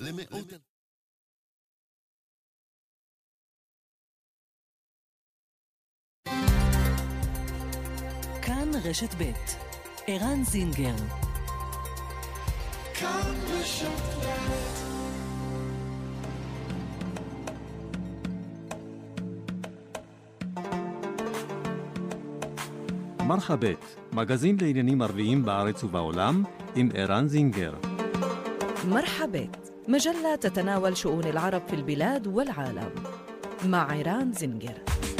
למאות... כאן רשת ב' ערן זינגר. כאן רשת ב'. מרחבת, מגזין לעניינים ערביים בארץ ובעולם עם ערן זינגר. مرحبت مجلة تتناول شؤون العرب في البلاد والعالم مع عران زنجر.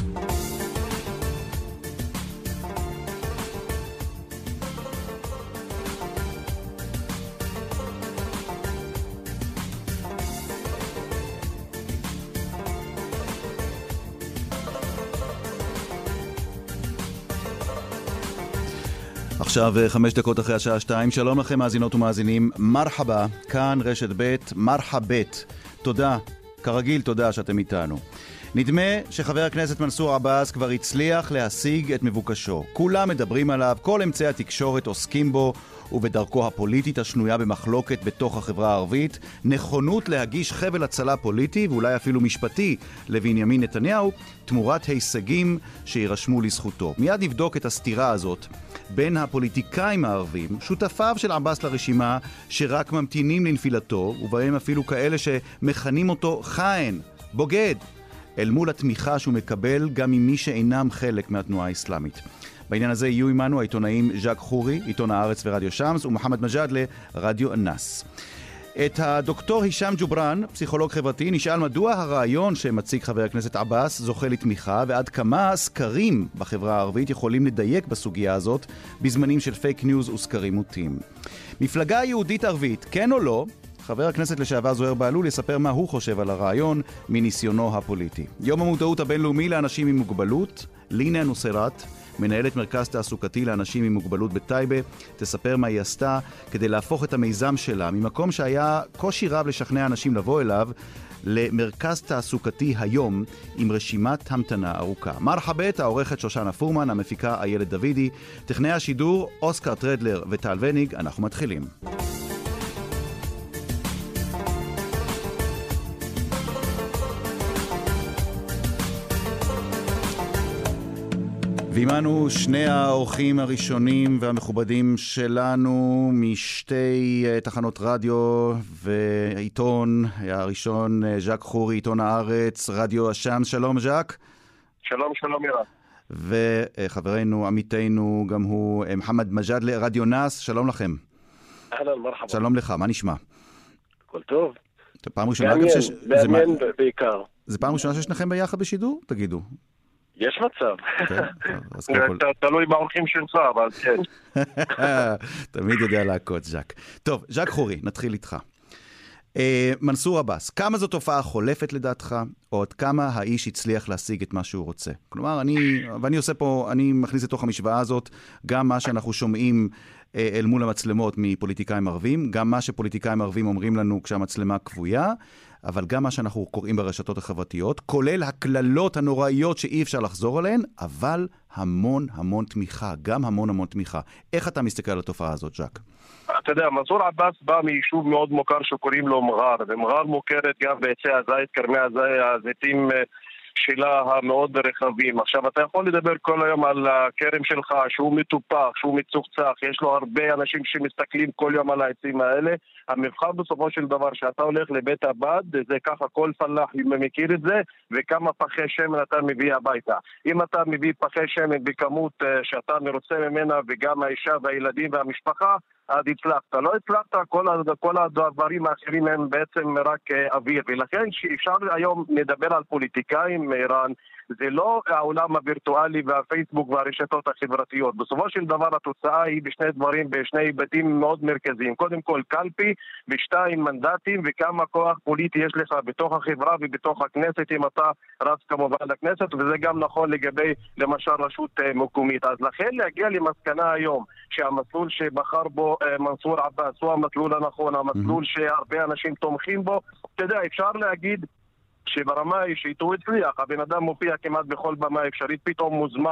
עכשיו 5 דקות אחרי השעה 2, שלום לכם מאזינות ומאזינים, מרחבה, כאן רשת ב', מרחבת, תודה, כרגיל תודה שאתם איתנו. נדמה שחבר הכנסת מנסור עבאס כבר הצליח להשיג את מבוקשו. כולם מדברים עליו, כל אמצעי התקשורת עוסקים בו, ובדרכו הפוליטית השנויה במחלוקת בתוך החברה הערבית, נכונות להגיש חבל הצלה פוליטי ואולי אפילו משפטי לבנימין נתניהו, תמורת הישגים שירשמו לזכותו. מיד נבדוק את הסתירה הזאת בין הפוליטיקאים הערבים, שותפיו של עבאס לרשימה שרק ממתינים לנפילתו, ובהם אפילו כאלה שמכנים אותו חאין, בוגד, אל מול התמיכה שהוא מקבל גם ממי שאינם חלק מהתנועה האסלאמית. בעניין הזה יהיו עמנו העיתונאים ז'ק חורי, עיתון הארץ ורדיו שמס, ומוחמד מג'אדלה, רדיו אנס. את הדוקטור הישאם ג'וברן, פסיכולוג חברתי, נשאל מדוע הרעיון שמציג חבר הכנסת עבאס זוכה לתמיכה, ועד כמה סקרים בחברה הערבית יכולים לדייק בסוגיה הזאת בזמנים של פייק ניוז וסקרים מוטים. מפלגה יהודית ערבית, כן או לא? חבר הכנסת לשעבר זוהיר בהלול יספר מה הוא חושב על הרעיון מניסיונו הפוליטי. יום המודעות הבינלאומי לאנשים עם מוגבלות, לינה נוסרת, מנהלת מרכז תעסוקתי לאנשים עם מוגבלות בטייבה, תספר מה היא עשתה כדי להפוך את המיזם שלה ממקום שהיה קושי רב לשכנע אנשים לבוא אליו, למרכז תעסוקתי היום עם רשימת המתנה ארוכה. מרחבת, העורכת שושנה פורמן, המפיקה איילת דוידי, טכנאי השידור אוסקר טרדלר וטל וניג. אנחנו מתחילים. ועימנו שני האורחים הראשונים והמכובדים שלנו משתי תחנות רדיו ועיתון. הראשון ז'ק חורי, עיתון הארץ, רדיו השמס. שלום ז'ק. שלום, שלום ירה. וחברנו, עמיתנו, גם הוא מוחמד מג'אדלה, רדיו נס. שלום לכם. אהלן, מרחבה. שלום לך, מה נשמע? הכל טוב. פעם ראשונה, מעניין בעיקר. זה פעם ראשונה ששניכם ביחד בשידור? תגידו. יש מצב. תלוי באורחים שלך, אבל כן. תמיד יודע להכות, ז'ק. טוב, ז'ק חורי, נתחיל איתך. מנסור עבאס, כמה זו תופעה חולפת לדעתך, או עד כמה האיש הצליח להשיג את מה שהוא רוצה? כלומר, ואני עושה פה, אני מכניס לתוך המשוואה הזאת, גם מה שאנחנו שומעים אל מול המצלמות מפוליטיקאים ערבים, גם מה שפוליטיקאים ערבים אומרים לנו כשהמצלמה כבויה, אבל גם מה שאנחנו קוראים ברשתות החברתיות, כולל הכללות הנוראיות שאי אפשר לחזור עליהן, אבל המון המון תמיכה, גם המון המון תמיכה. איך אתה מסתכל על התופעה הזאת, ז'ק? אתה יודע, מנסור עבאס בא מיישוב מאוד מוכר שקוראים לו מג'אר, ומג'אר מוכרת גם בעצי הזית, קרמי הזיתים שלה המאוד רחבים. עכשיו, אתה יכול לדבר כל היום על הכרם שלך, שהוא מטופח, שהוא מצוחצח, יש לו הרבה אנשים שמסתכלים כל יום על העצים האלה. המבחר בסופו של דבר שאתה הולך לבית הבד, זה ככה כל פלח מכיר את זה, וכמה פחי שמן אתה מביא הביתה. אם אתה מביא פחי שמן בכמות שאתה מרוצה ממנה, וגם האישה והילדים והמשפחה, אז הצלחת. לא הצלחת, כל הדברים האחרים הם בעצם רק אוויר. ולכן שאפשר היום לדבר על פוליטיקאים מאיראן, זה לא העולם הווירטואלי והפייסבוק והרשתות החברתיות. בסופו של דבר התוצאה היא בשני דברים, בשני היבטים מאוד מרכזיים. קודם כל קלפי, ושתיים מנדטים, וכמה כוח פוליטי יש לך בתוך החברה ובתוך הכנסת אם אתה רץ כמובן לכנסת, וזה גם נכון לגבי למשל רשות מקומית. אז לכן להגיע למסקנה היום שהמסלול שבחר בו מנסור עבאס הוא המסלול הנכון, המסלול שהרבה אנשים תומכים בו, אתה יודע, אפשר להגיד שברמה האישית הוא הצליח, הבן אדם מופיע כמעט בכל במה אפשרית, פתאום מוזמן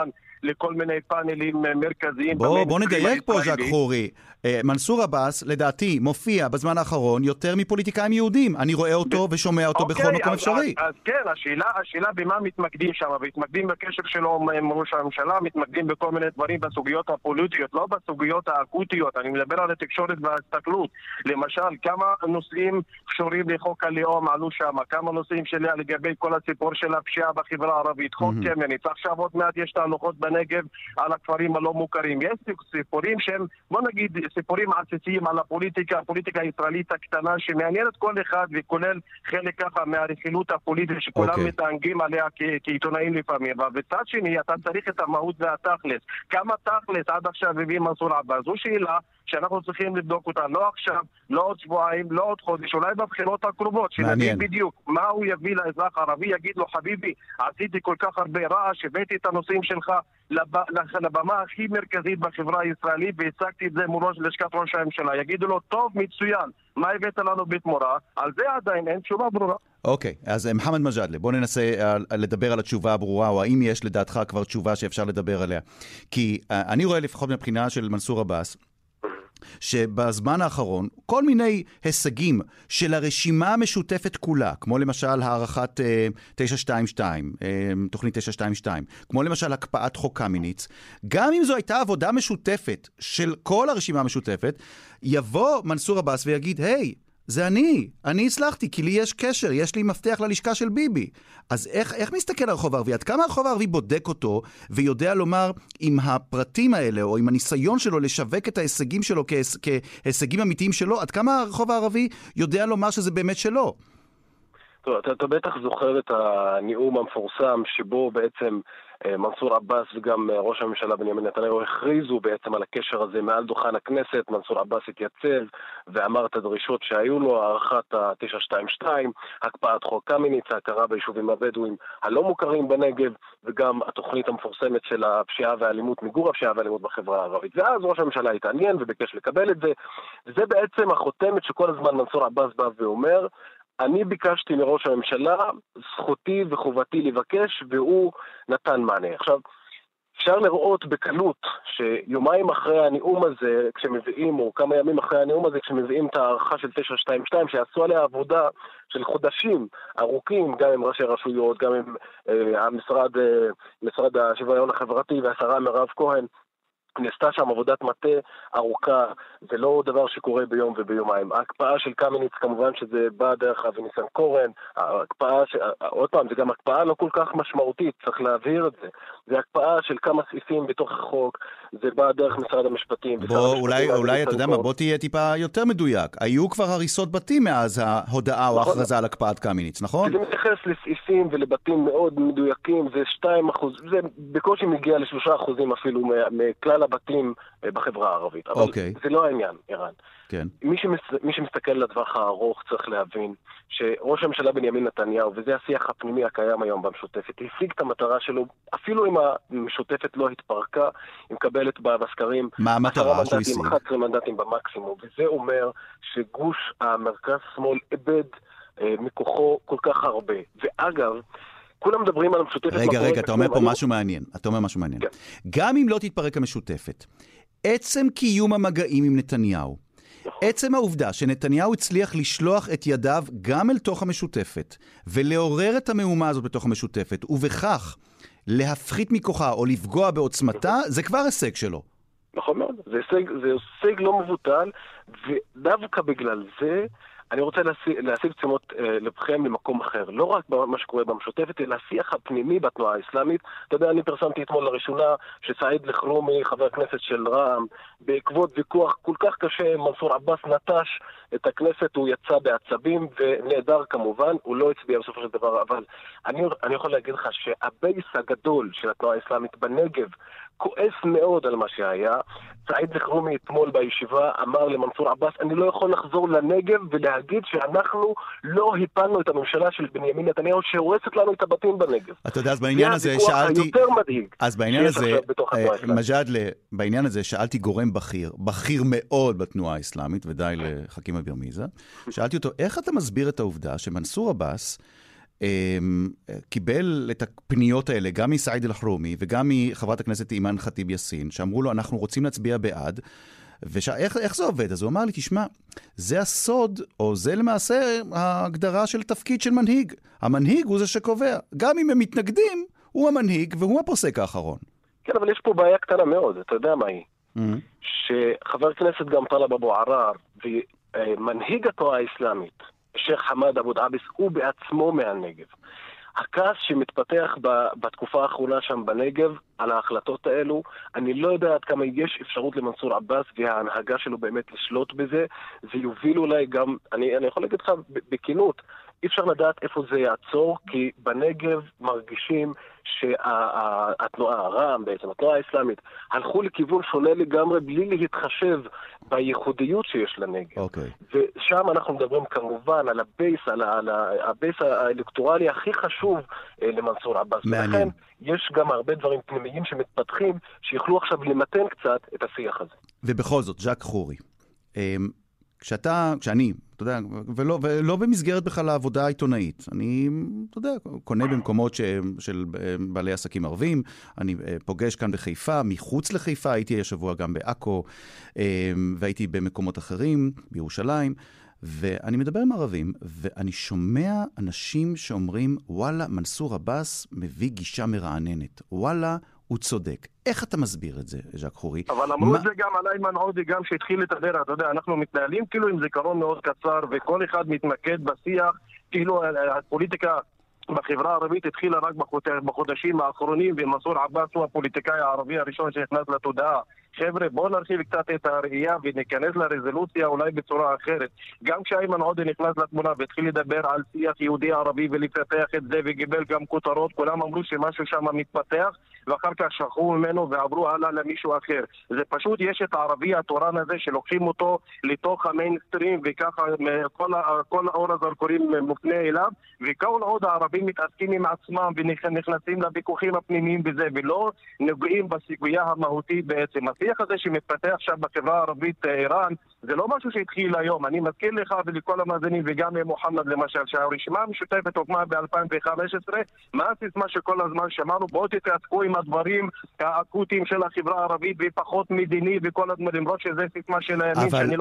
לכל מיני פאנלים מרכזיים. בוא נדייק פה, ז'ק חורי. מנסור עבאס, לדעתי, מופיע בזמן האחרון יותר מפוליטיקאים יהודים. אני רואה אותו ושומע אותו בכל מקום אפשרי. אז כן, השאלה במה מתמקדים שם, מתמקדים בקשר שלו עם ראש הממשלה, מתמקדים בכל מיני דברים בסוגיות הפוליטיות, לא בסוגיות האקוטיות. אני מדבר על התקשורת וההסתכלות. למשל, כמה נושאים קשורים לחוק הלאום עלו שם, כמה נושאים שלה לגבי כל הסיפור של הפשיעה בחברה הערבית, חוק קמיניץ, עכשיו עוד מעט יש תהלוכות בנגב על הכפרים הלא מוכרים. יש סיפורים שהם, בוא נגיד, סיפורים עסיסיים על הפוליטיקה הישראלית הקטנה שמעניינת כל אחד וכולל חלק ככה מהרכילות הפוליטית שכולם מתענגים עליה כעיתונאים לפעמים. ובצד שני אתה צריך את המהות והתכלס. כמה תכלס עד עכשיו הביא מנסור עבאס? זו שאלה שאנחנו צריכים לבדוק אותה, לא עכשיו, לא עוד שבועיים, לא עוד חודש, אולי בבחירות הקרובות, שנבין בדיוק מה הוא יביא לאזרח הערבי, יגיד לו, חביבי, עשיתי כל כך הרבה רעש, הבאתי את הנושאים שלך לבמה הכי מרכזית בחברה הישראלית, והצגתי את זה מול לשכת ראש הממשלה. יגידו לו, טוב, מצוין, מה הבאת לנו בתמורה? על זה עדיין אין תשובה ברורה. אוקיי, אז מוחמד מג'אדלה, בוא ננסה לדבר על התשובה הברורה, או האם יש לדעתך כבר תשובה שאפשר לדבר עליה. כי אני רואה לפחות מבחינה של מנסור עבאס, שבזמן האחרון כל מיני הישגים של הרשימה המשותפת כולה, כמו למשל הערכת 922, תוכנית 922, כמו למשל הקפאת חוק קמיניץ, גם אם זו הייתה עבודה משותפת של כל הרשימה המשותפת, יבוא מנסור עבאס ויגיד, היי, זה אני הצלחתי, כי לי יש קשר, יש לי מפתח ללשכה של ביבי. אז איך מסתכל הרחוב הערבי? עד כמה הרחוב הערבי בודק אותו ויודע לומר עם הפרטים האלה, או עם הניסיון שלו לשווק את ההישגים שלו כהישגים אמיתיים שלו, עד כמה הרחוב הערבי יודע לומר שזה באמת שלו? טוב, אתה בטח זוכר את הנאום המפורסם שבו בעצם מנסור עבאס וגם ראש הממשלה בנימין נתניהו הכריזו בעצם על הקשר הזה מעל דוכן הכנסת. מנסור עבאס התייצב ואמר את הדרישות שהיו לו, הערכת ה-922, הקפאת חוק קמיניץ, ההכרה ביישובים הבדואים הלא מוכרים בנגב, וגם התוכנית המפורסמת של הפשיעה והאלימות, מיגור הפשיעה והאלימות בחברה הערבית. ואז ראש הממשלה התעניין וביקש לקבל את זה. וזה בעצם החותמת שכל הזמן מנסור עבאס בא ואומר, אני ביקשתי מראש הממשלה, זכותי וחובתי לבקש, והוא נתן מענה. עכשיו, אפשר לראות בקלות שיומיים אחרי הנאום הזה, כשמביאים, או כמה ימים אחרי הנאום הזה, כשמביאים את הערכה של 922, שעשו עליה עבודה של חודשים ארוכים, גם עם ראשי רשויות, גם עם משרד השוויון החברתי והשרה מירב כהן, נעשתה שם עבודת מטה ארוכה, זה לא דבר שקורה ביום וביומיים. ההקפאה של קמיניץ, כמובן שזה בא דרך אבי ניסנקורן, ההקפאה, עוד פעם, זה גם הקפאה לא כל כך משמעותית, צריך להבהיר את זה. זה הקפאה של כמה סעיפים בתוך החוק, זה בא דרך משרד המשפטים. אולי אתה יודע מה, בוא תהיה טיפה יותר מדויק. היו כבר הריסות בתים מאז ההודעה או ההכרזה על הקפאת קמיניץ, נכון? זה מתייחס לסעיפים ולבתים מאוד מדויקים, זה 2%, זה בקושי מגיע ל3% אפילו מכלל הבתים בחברה הערבית. אבל זה לא העניין, ערן. כן. מי שמסתכל לטווח הארוך צריך להבין שראש הממשלה בנימין נתניהו, וזה השיח הפנימי הקיים היום במשותפת, השיג את המטרה שלו, אפילו אם המשותפת לא התפרקה, היא מקבלת בסקרים 11 מנדטים במקסימום, וזה אומר שגוש המרכז-שמאל איבד מכוחו כל כך הרבה. ואגב, כולם מדברים על המשותפת. רגע, אתה אומר פה משהו מעניין. כן. גם אם לא תתפרק המשותפת, עצם קיום המגעים עם נתניהו, עצם העובדה שנתניהו הצליח לשלוח את ידיו גם אל תוך המשותפת, ולעורר את המהומה הזאת בתוך המשותפת, ובכך להפחית מכוחה או לפגוע בעוצמתה, זה כבר הישג שלו. נכון מאוד. זה הישג לא מבוטל, ודווקא בגלל זה, אני רוצה להסיב תשומת לבכם למקום אחר. לא רק מה שקורה במשותפת, אלא השיח הפנימי בתנועה האסלאמית. אתה יודע, אני פרסמתי אתמול לראשונה שסעיד אלחרומי, חבר הכנסת של רע"מ, בעקבות ויכוח כל כך קשה, מנסור עבאס נטש את הכנסת, הוא יצא בעצבים ונהדר כמובן, הוא לא הצביע בסופו של דבר, אבל אני יכול להגיד לך שהבייס הגדול של התנועה האסלאמית בנגב כועס מאוד על מה שהיה. סעיד אלחרומי אתמול בישיבה אמר למנסור עבאס, אני לא יכול לחזור לנגב ולהגיד שאנחנו לא הפלנו את הממשלה של בנימין נתניהו שהורסת לנו את הבתים בנגב. אתה יודע, אז בעניין הזה שאלתי, היותר מדהיג, אז בעניין הזה, מג'אדלה, בעניין הזה שאלתי גורם בכיר מאוד בתנועה האסלאמית, ודי לחכים אביר מיזה, שאלתי אותו, איך אתה מסביר את העובדה שמנסור עבאס קיבל את הפניות האלה גם מסעיד אל-חרומי וגם מחברת הכנסת אימאן ח'טיב יאסין, שאמרו לו, אנחנו רוצים להצביע בעד, ואיך זה עובד? אז הוא אמר לי, תשמע, זה הסוד, או זה למעשה ההגדרה של תפקיד של מנהיג. המנהיג הוא זה שקובע. גם אם הם מתנגדים, הוא המנהיג והוא הפוסק האחרון. כן, אבל יש פה בעיה קטנה מאוד, אתה יודע מה היא? שחבר כנסת גם טלב אבו עראר ומנהיג התנועה האסלאמית, שייח חמאד אבו דעאבס, הוא בעצמו מהנגב. הכעס שמתפתח בתקופה האחרונה שם בנגב על ההחלטות האלו, אני לא יודע עד כמה יש אפשרות למנסור עבאס וההנהגה שלו באמת לשלוט בזה. זה יוביל אולי גם, אני יכול להגיד לך בכנות, אי אפשר לדעת איפה זה יעצור, כי בנגב מרגישים שהתנועה הרע"מ, בעצם התנועה האסלאמית, הלכו לכיוון שונה לגמרי בלי להתחשב בייחודיות שיש לנגב. ושם אנחנו מדברים כמובן על הבייס האלקטורלי הכי חשוב למנסור עבאס. ולכן יש גם הרבה דברים פנימיים שמתפתחים שיוכלו עכשיו למתן קצת את השיח הזה. ובכל זאת, ז'ק חורי, כשאני, אתה יודע, ולא במסגרת בכלל העבודה העיתונאית, אני, אתה יודע, קונה במקומות של בעלי עסקים ערבים, אני פוגש כאן בחיפה, מחוץ לחיפה, הייתי השבוע גם בעכו, והייתי במקומות אחרים, בירושלים, ואני מדבר עם ערבים, ואני שומע אנשים שאומרים, וואלה, מנסור עבאס מביא גישה מרעננת, וואלה, הוא צודק. איך אתה מסביר את זה, ז'ק חורי? אבל אמרו את זה גם על איימן עודה, גם שהתחיל לדבר, אתה יודע, אנחנו מתנהלים כאילו עם זיכרון מאוד קצר, וכל אחד מתמקד בשיח, כאילו הפוליטיקה בחברה הערבית התחילה רק בחודשים האחרונים, ומנסור עבאס הוא הפוליטיקאי הערבי הראשון שנכנס לתודעה. חבר'ה, בואו נרחיב קצת את הראייה וניכנס לרזולוציה אולי בצורה אחרת. גם כשאיימן עודה נכנס לתמונה והתחיל לדבר על שיח יהודי-ערבי ולפתח את זה וגיבל גם כותרות, כולם אמרו שמשהו שם מתפתח, ואחר כך שכחו ממנו ועברו הלאה למישהו אחר. זה פשוט, יש את הערבי התורן הזה שלוקחים אותו לתוך המיינסטרים, וככה כל האור הזרקורים מופנה אליו, וכל עוד הערבים מתעסקים עם עצמם ונכנסים לוויכוחים הפנימיים בזה, ולא נוגעים בסיגויה המהותית בעצם. השיח הזה שמתפתח עכשיו בחברה הערבית איראן, זה לא משהו שהתחיל היום. אני מזכיר לך ולכל המאזינים וגם למוחמד למשל, שהרשימה המשותפת הוקמה ב-2015, מה הסיסמה שכל הזמן שמענו? בואו תתעסקו עם הדברים האקוטיים של החברה הערבית ופחות מדיני וכל הדברים, למרות שזה סיסמה של הימין.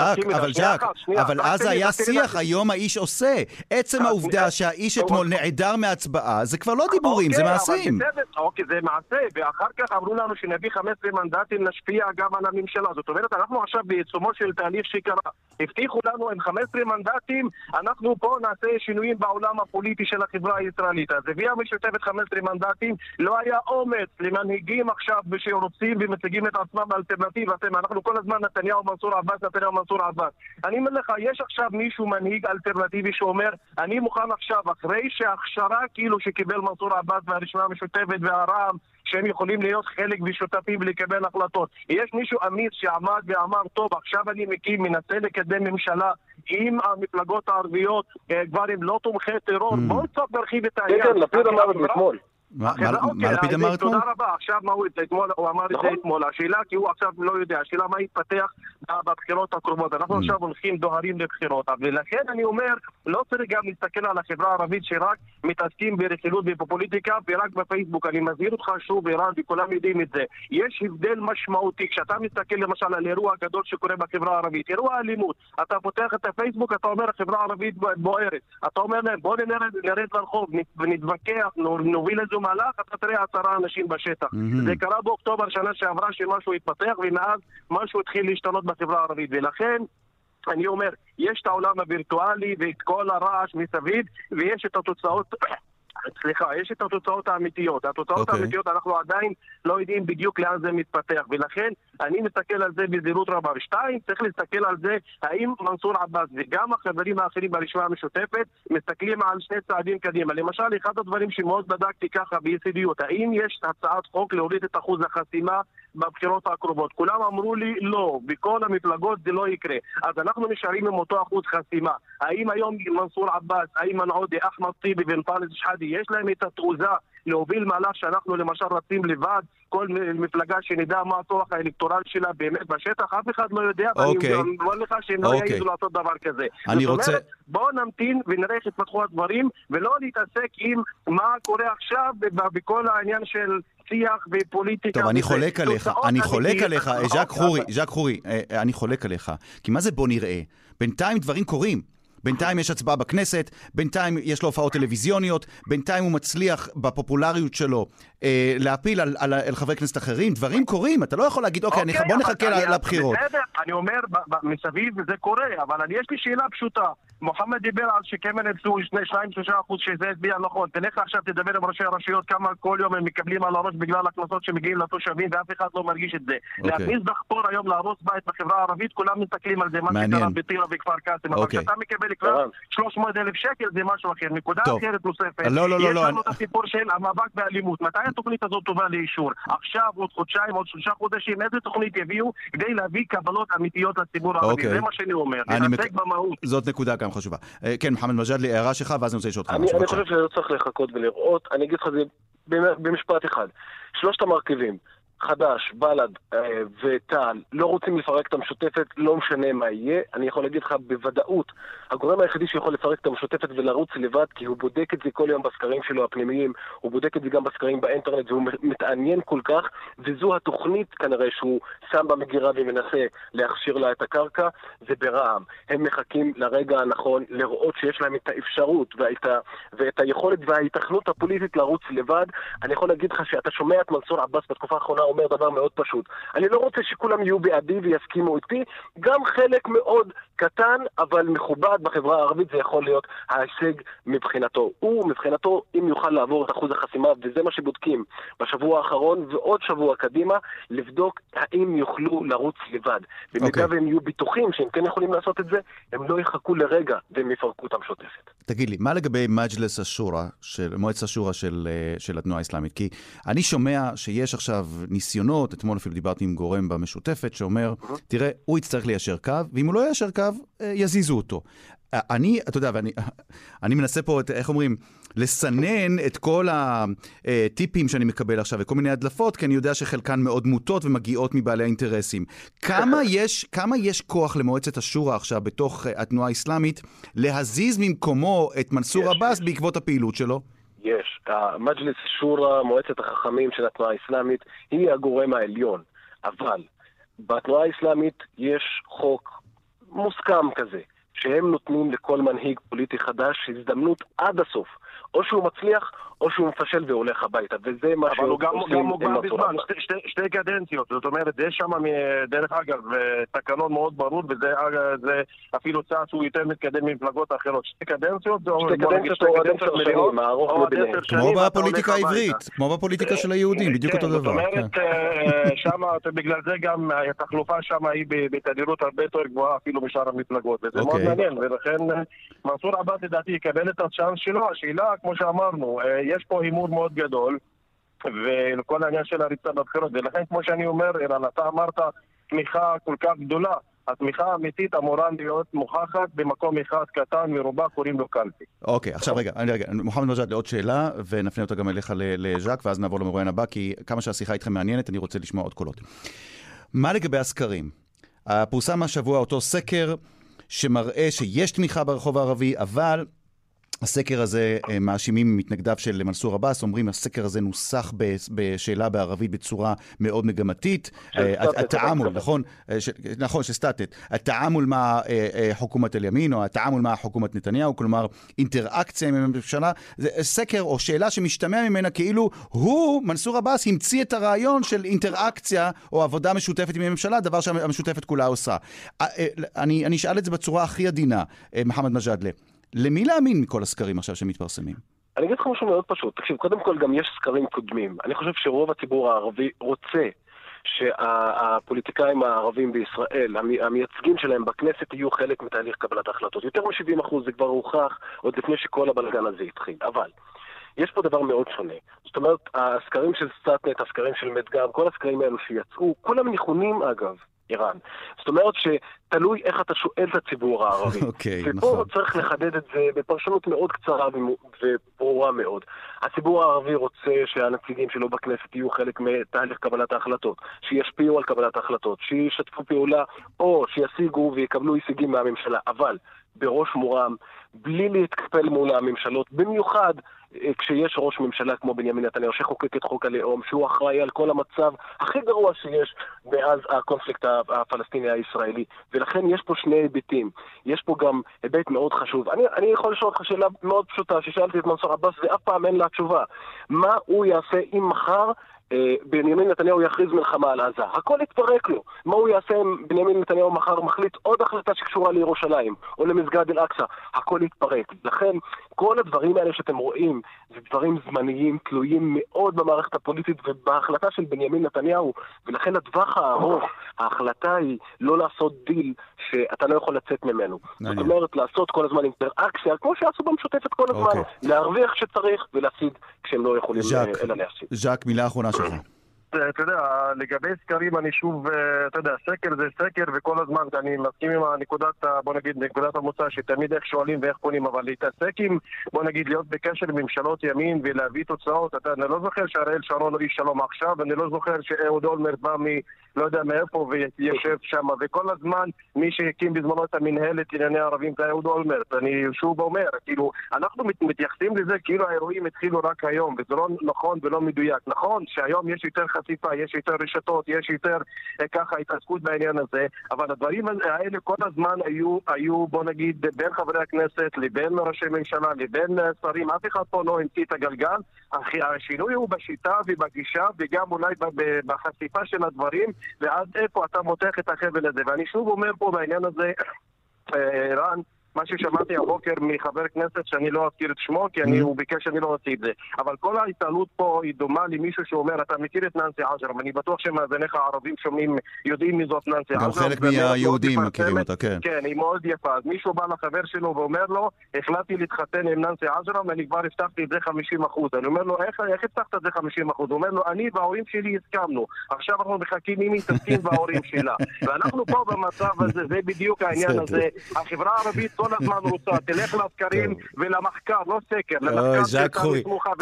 אבל אז היה שיח, היום האיש עושה. עצם העובדה שהאיש אתמול נעדר מהצבעה, זה כבר לא דיבורים, זה מעשים. אוקיי, זה מעשה, ואחר כך אמרו לנו שנביא 15 מנדטים נשפיע גם על הממשלה. זאת אומרת, אנחנו עכשיו בעיצומו של תהליך שקרה. הבטיחו לנו עם 15 מנדטים, אנחנו פה נעשה שינויים בעולם הפוליטי של החברה הישראלית. אז הביאה משותפת 15 מנדטים, לא היה אומץ למנהיגים עכשיו שרוצים ומציגים את עצמם באלטרנטיבה. אנחנו כל הזמן נתניהו מנסור עבאס, נתניהו מנסור עבאס. אני אומר לך, יש עכשיו מישהו מנהיג אלטרנטיבי שאומר, אני מוכן עכשיו, אחרי שההכשרה כאילו שקיבל מנסור עבאס והרשימה המשותפת והרע"מ, שהם יכולים להיות חלק ושותפים ולקבל החלטות. יש מישהו אמיץ שעמד ואמר, טוב, עכשיו אני מנסה לקדם ממשלה עם המפלגות הערביות, כבר הם לא תומכי טרור. בואו קצת נרחיב את העניין. כן, לפיד אמר את זה אתמול. מה לפיד אמר אתמול? תודה רבה, עכשיו מה הוא אמר את זה אתמול. השאלה, כי הוא עכשיו לא יודע, השאלה מה יתפתח בבחירות הקרובות. אנחנו עכשיו הולכים דוהרים לבחירות, ולכן אני אומר, לא צריך גם להסתכל על החברה הערבית שרק מתעסקים ברכילות ובפוליטיקה ורק בפייסבוק. אני מזהיר אותך שוב, איראן, וכולם יודעים את זה. יש הבדל משמעותי. כשאתה מסתכל למשל על אירוע גדול שקורה בחברה הערבית, אירוע אלימות, אתה פותח את הפייסבוק, אתה אומר החברה הערבית בוערת. אתה אומר להם, בוא נרד לרחוב ונתווכח, נוביל איזו מהלך, אתה תראה 10 אנשים בשטח. זה קרה באוקטובר שנה שעברה שמשהו התפתח, ומאז משהו התחיל להשתנות בחברה הערבית. ולכן אני אומר, יש את העולם הווירטואלי ואת כל הרעש מסביב, ויש את התוצאות יש את התוצאות האמיתיות. התוצאות האמיתיות אנחנו עדיין לא יודעים בדיוק לאן זה מתפתח, ולכן אני מסתכל על זה בזהירות רבה. ושתיים, צריך להסתכל על זה, האם מנסור עבאס וגם החברים האחרים ברשימה המשותפת מסתכלים על שני צעדים קדימה. למשל, אחד הדברים שמאוד בדקתי ככה ביסודיות, האם יש הצעת חוק להוריד את אחוז החסימה בבחירות הקרובות? כולם אמרו לי לא, בכל המפלגות זה לא יקרה. אז אנחנו נשארים עם אותו אחוז חסימה. האם היום מנסור עבאס, איימן עודה, אחמד טיבי ואנטאנס שחאדי יש להם את התעוזה להוביל מהלך שאנחנו למשל רצים לבד, כל מפלגה שנדע מה הצורך האלקטורל שלה באמת בשטח, אף אחד לא יודע, ואני אומר לך שהם לא יעידו לעשות דבר כזה. אני רוצה... בואו נמתין ונראה איך יתפתחו הדברים, ולא להתעסק עם מה קורה עכשיו בכל העניין של שיח ופוליטיקה. טוב, אני חולק עליך, ז'ק חורי, אני חולק עליך. כי מה זה בוא נראה? בינתיים דברים קורים. בינתיים יש הצבעה בכנסת, בינתיים יש לו הופעות טלוויזיוניות, בינתיים הוא מצליח בפופולריות שלו להפיל על חברי כנסת אחרים, דברים קוראים, אתה לא יכול להגיד, אוקיי, בוא נחכה לבחירות. בסדר, אני אומר, מסביב זה קורה, אבל יש לי שאלה פשוטה. מוחמד דיבר על שקמן אצלו 2-3% שזה הצביע נכון. תלך עכשיו תדבר עם ראשי הרשויות כמה כל יום הם מקבלים על הראש בגלל הקנסות שמגיעים לתושבים ואף אחד לא מרגיש את זה. להכניס דחפור היום להרוס בית בחברה הערבית, כולם מסתכלים על זה, מה שקרה בטירה וכפר קאסם. אבל כשאתה מקבל כבר 300,000 שקל זה משהו אחר. נקודה אחרת נוספת. יש לנו את הסיפור של המאבק באלימות. מתי התוכנית הזאת טובה לאישור? עכשיו, עוד חודשיים, עוד 3 חודשים, איזה תוכנית יביאו כדי להביא קבלות אמיתיות לציבור הערבי? זה מה שאני אומר. נתעסק במהות. זאת נקודה גם חשובה. כן, מוחמד מג'אדלי, הערה שלך, ואז אני רוצה לשאול אותך. אני חושב שלא צריך לחכות ולראות. אני אגיד לך זה במשפט אחד. 3 המרכיבים, חד"ש, בל"ד ותע"ל, לא רוצים לפרק את המשותפת, לא משנה מה יהיה. אני יכול להגיד לך בוודאות, הגורם היחידי שיכול לפרק את המשותפת ולרוץ לבד, כי הוא בודק את זה כל יום בסקרים שלו הפנימיים, הוא בודק את זה גם בסקרים באינטרנט, והוא מתעניין כל כך, וזו התוכנית כנראה שהוא שם במגירה ומנסה להכשיר לה את הקרקע, זה ברעם. הם מחכים לרגע הנכון לראות שיש להם את האפשרות ואת היכולת וההתכנות הפוליטית לרוץ לבד. אני יכול להגיד לך שאתה שומע את מנסור עבאס בתקופה האחרונה אומר דבר מאוד פשוט. אני לא רוצה שכולם יהיו בעדי ויסכימו איתי, גם חלק מאוד קטן אבל מכובד בחברה הערבית זה יכול להיות ההישג מבחינתו. הוא מבחינתו אם יוכל לעבור את אחוז החסימה, וזה מה שבודקים בשבוע האחרון ועוד שבוע קדימה, לבדוק האם יוכלו לרוץ לבד. במידה והם יהיו ביטוחים שהם כן יכולים לעשות את זה, הם לא יחכו לרגע והם יפרקו את המשותפת. תגיד לי, מה לגבי מג'לס השורה, מועצת השורה של התנועה האסלאמית? כי אני שומע שיש עכשיו ניסיונות, אתמול אפילו דיברתי עם גורם במשותפת שאומר, תראה, הוא יצטרך ליישר קו, ואם הוא לא יישר קו, יזיזו אותו. אתה יודע, ואני מנסה פה, איך אומרים, לסנן את כל הטיפים שאני מקבל עכשיו, וכל מיני הדלפות, כי אני יודע שחלקן מאוד מוטות ומגיעות מבעלי האינטרסים. כמה יש כוח למועצת השורה עכשיו בתוך התנועה האסלאמית, להזיז ממקומו את מנסור עבאס בעקבות הפעילות שלו? יש. המג'לס שורה, מועצת החכמים של התנועה האסלאמית, היא הגורם העליון. אבל בתנועה האסלאמית יש חוק מוסכם כזה, שהם נותנים לכל מנהיג פוליטי חדש הזדמנות עד הסוף. או שהוא מצליח, או שהוא מפשל והולך הביתה. וזה מה אבל הוא גם מוגבל בזמן, 2 קדנציות. זאת אומרת, יש שם, דרך אגב, תקנון מאוד ברור, וזה אפילו צעד שהוא יותר מתקדם ממפלגות אחרות. 2 קדנציות, 2 קדנציות או עד 10 שנים, הארוך מביניהם. כמו בפוליטיקה העברית, כמו בפוליטיקה של היהודים, בדיוק אותו דבר. זאת אומרת, שם, בגלל זה גם התחלופה שם היא בתדירות הרבה יותר גבוהה, אפילו משאר המפלגות. וזה מאוד מעניין, ולכן מנסור עבאס לדעתי יקבל את הצ'אנס שלו. השאלה, כמו שאמרנו, יש פה הימור מאוד גדול, ולכל העניין של הריצה בבחירות, ולכן כמו שאני אומר, אירן, אתה אמרת תמיכה כל כך גדולה, התמיכה האמיתית אמורה להיות מוכחת במקום אחד קטן מרובה, קוראים לו קלפי. אוקיי, עכשיו רגע, מוחמד מג'אדלי, עוד שאלה, ונפנה אותה גם אליך לז'ק, ואז נעבור למרואיין הבא, כי כמה שהשיחה איתכם מעניינת, אני רוצה לשמוע עוד קולות. מה לגבי הסקרים? פורסם השבוע אותו סקר שמראה שיש תמיכה ברחוב הערבי, אבל הסקר הזה, מאשימים מתנגדיו של מנסור עבאס, אומרים הסקר הזה נוסח בשאלה בערבית בצורה מאוד מגמתית. התעמול, נכון, שסטטית. התעמול מה חוקומת אל-ימין, או התעמול מה חוקומת נתניהו, כלומר אינטראקציה עם הממשלה. זה סקר או שאלה שמשתמע ממנה כאילו הוא, מנסור עבאס, המציא את הרעיון של אינטראקציה או עבודה משותפת עם הממשלה, דבר שהמשותפת כולה עושה. אני אשאל את זה בצורה הכי עדינה, מוחמד מג'אדלי. למי להאמין מכל הסקרים עכשיו שמתפרסמים? אני אגיד לך משהו מאוד פשוט. תקשיב, קודם כל גם יש סקרים קודמים. אני חושב שרוב הציבור הערבי רוצה שהפוליטיקאים הערבים בישראל, המייצגים שלהם בכנסת, יהיו חלק מתהליך קבלת ההחלטות. יותר מ-70% זה כבר הוכח עוד לפני שכל הבלגן הזה התחיל. אבל יש פה דבר מאוד שונה. זאת אומרת, הסקרים של סטאטנט, הסקרים של מדגם, כל הסקרים האלו שיצאו, כולם נכונים אגב. איראן. זאת אומרת שתלוי איך אתה שואל את הציבור הערבי. ופה צריך לחדד את זה בפרשנות מאוד קצרה וברורה מאוד. הציבור הערבי רוצה שהנציגים שלו בכנסת יהיו חלק מתהליך קבלת ההחלטות, שישפיעו על קבלת ההחלטות, שישתפו פעולה או שישיגו ויקבלו הישגים מהממשלה, אבל בראש מורם, בלי להתקפל מול הממשלות, במיוחד כשיש ראש ממשלה כמו בנימין נתניהו שחוקק את חוק הלאום, שהוא אחראי על כל המצב הכי גרוע שיש מאז הקונפליקט הפלסטיני הישראלי. ולכן יש פה שני היבטים. יש פה גם היבט מאוד חשוב. אני יכול לשאול אותך שאלה מאוד פשוטה, ששאלתי את מנסור עבאס ואף פעם אין לה תשובה. מה הוא יעשה אם מחר בנימין נתניהו יכריז מלחמה על עזה? הכל יתפרק לו. מה הוא יעשה אם בנימין נתניהו מחר מחליט עוד החלטה שקשורה לירושלים או למסגד אל-אקצא? הכל יתפרק. לכן כל הדברים האלה שאתם רואים זה דברים זמניים, תלויים מאוד במערכת הפוליטית ובהחלטה של בנימין נתניהו, ולכן הטווח הארוך, ההחלטה היא לא לעשות דיל שאתה לא יכול לצאת ממנו. זאת אומרת, לעשות כל הזמן אינטראקציה, כמו שעשו במשותפת כל הזמן, להרוויח שצריך ולהפסיד כשהם לא יכולים אלא להפסיד. ז'ק, מילה אחרונה שלך. אתה יודע, לגבי סקרים אני שוב, אתה יודע, סקר זה סקר וכל הזמן אני מסכים עם נקודת המוצא שתמיד איך שואלים ואיך פונים, אבל להתעסק עם, בוא נגיד, להיות בקשר עם ממשלות ימין ולהביא תוצאות, אני לא זוכר שאריאל שרון לא איש שלום עכשיו, אני לא זוכר שאהוד אולמרט בא לא יודע מאיפה וישב שם, וכל הזמן מי שהקים בזמנו את המנהלת לענייני ערבים זה אהוד אולמרט. אני שוב אומר, כאילו, אנחנו מתייחסים לזה כאילו האירועים התחילו רק היום, וזה לא נכון ולא מדויק. נכון שהיום יש יותר חשיפה, יש יותר רשתות, יש יותר ככה התעסקות בעניין הזה, אבל הדברים האלה כל הזמן היו בוא נגיד בין חברי הכנסת לבין ראשי ממשלה לבין שרים, אף אחד פה לא המציא את הגלגל. השינוי הוא בשיטה ובגישה וגם אולי בחשיפה של הדברים, ועד איפה אתה מותח את החבל הזה. ואני שוב אומר פה בעניין הזה, רן, מה ששמעתי הבוקר מחבר כנסת שאני לא אזכיר את שמו, כי הוא ביקש שאני לא אוציא את זה. אבל כל ההתעלות פה היא דומה למישהו שאומר, אתה מכיר את ננסי עג'רם, אני בטוח שמאזניך הערבים שומעים, יודעים מי זאת ננסי עג'רם. גם חלק מהיהודים מכירים אותה, כן. כן, היא מאוד יפה. אז מישהו בא לחבר שלו ואומר לו, החלטתי להתחתן עם ננסי עג'רם, אני כבר הבטחתי את זה 50%. אני אומר לו, איך הבטחת את זה 50%? הוא אומר לו, אני וההורים שלי הסכמנו. עכשיו אנחנו מחכים מי מתעסקים וההורים שלה. ואנחנו פה במצב הזה, זה בדיוק העניין הזה. החברה הערבית כל הזמן רוצה, תלך לסקרים ולמחקר, לא סקר, למחקר ז'ק חורי,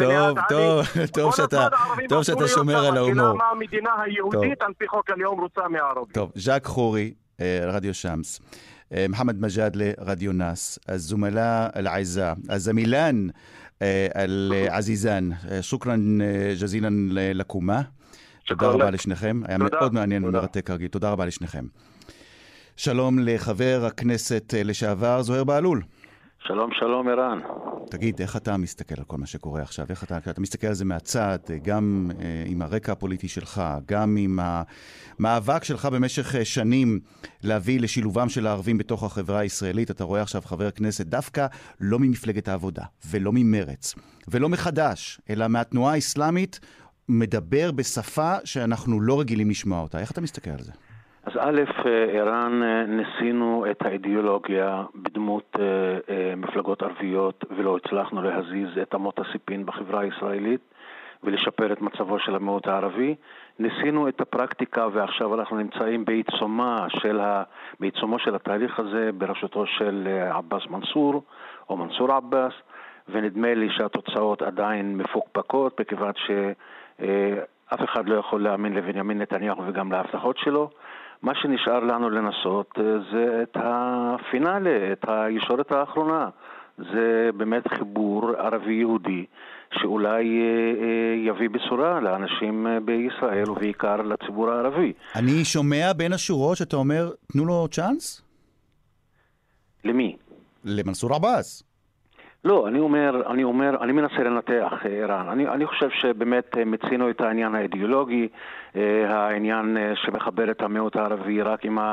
טוב שאתה שומר על ההומור. ולמה המדינה היהודית על פי חוק הלאום רוצה מהערבים. טוב, ז'ק חורי, רדיו שמס, محمد مجادلة راديو ناس، الزملاء الأعزاء، الزميلان العزيزان، شكرا جزيلا لكما. תודה רבה לשניכם, היה מאוד מעניין ומרתק כרגיל. תודה רבה לשניכם. שלום לחבר הכנסת לשעבר זוהיר בהלול. שלום, שלום ערן. תגיד, איך אתה מסתכל על כל מה שקורה עכשיו? איך אתה מסתכל על זה מהצד, גם עם הרקע הפוליטי שלך, גם עם המאבק שלך במשך שנים להביא לשילובם של הערבים בתוך החברה הישראלית? אתה רואה עכשיו חבר כנסת דווקא לא ממפלגת העבודה, ולא ממרץ, ולא מחדש, אלא מהתנועה האסלאמית, מדבר בשפה שאנחנו לא רגילים לשמוע אותה. איך אתה מסתכל על זה? אז א', איראן, ניסינו את האידיאולוגיה בדמות מפלגות ערביות ולא הצלחנו להזיז את אמות הסיפין בחברה הישראלית ולשפר את מצבו של המיעוט הערבי. ניסינו את הפרקטיקה ועכשיו אנחנו נמצאים בעיצומו של התהליך הזה בראשותו של עבאס מנסור או מנסור עבאס, ונדמה לי שהתוצאות עדיין מפוקפקות בכיוון שאף אחד לא יכול להאמין לבנימין נתניהו וגם להבטחות שלו. מה שנשאר לנו לנסות זה את הפינאלה, את הישורת האחרונה. זה באמת חיבור ערבי-יהודי שאולי יביא בשורה לאנשים בישראל ובעיקר לציבור הערבי. אני שומע בין השורות שאתה אומר, תנו לו צ'אנס? למי? למנסור עבאס. לא, אני מנסה לנתח, איראן. אני חושב שבאמת מצינו את העניין האידיאולוגי, העניין שמחבר את המיעוט הערבי רק עם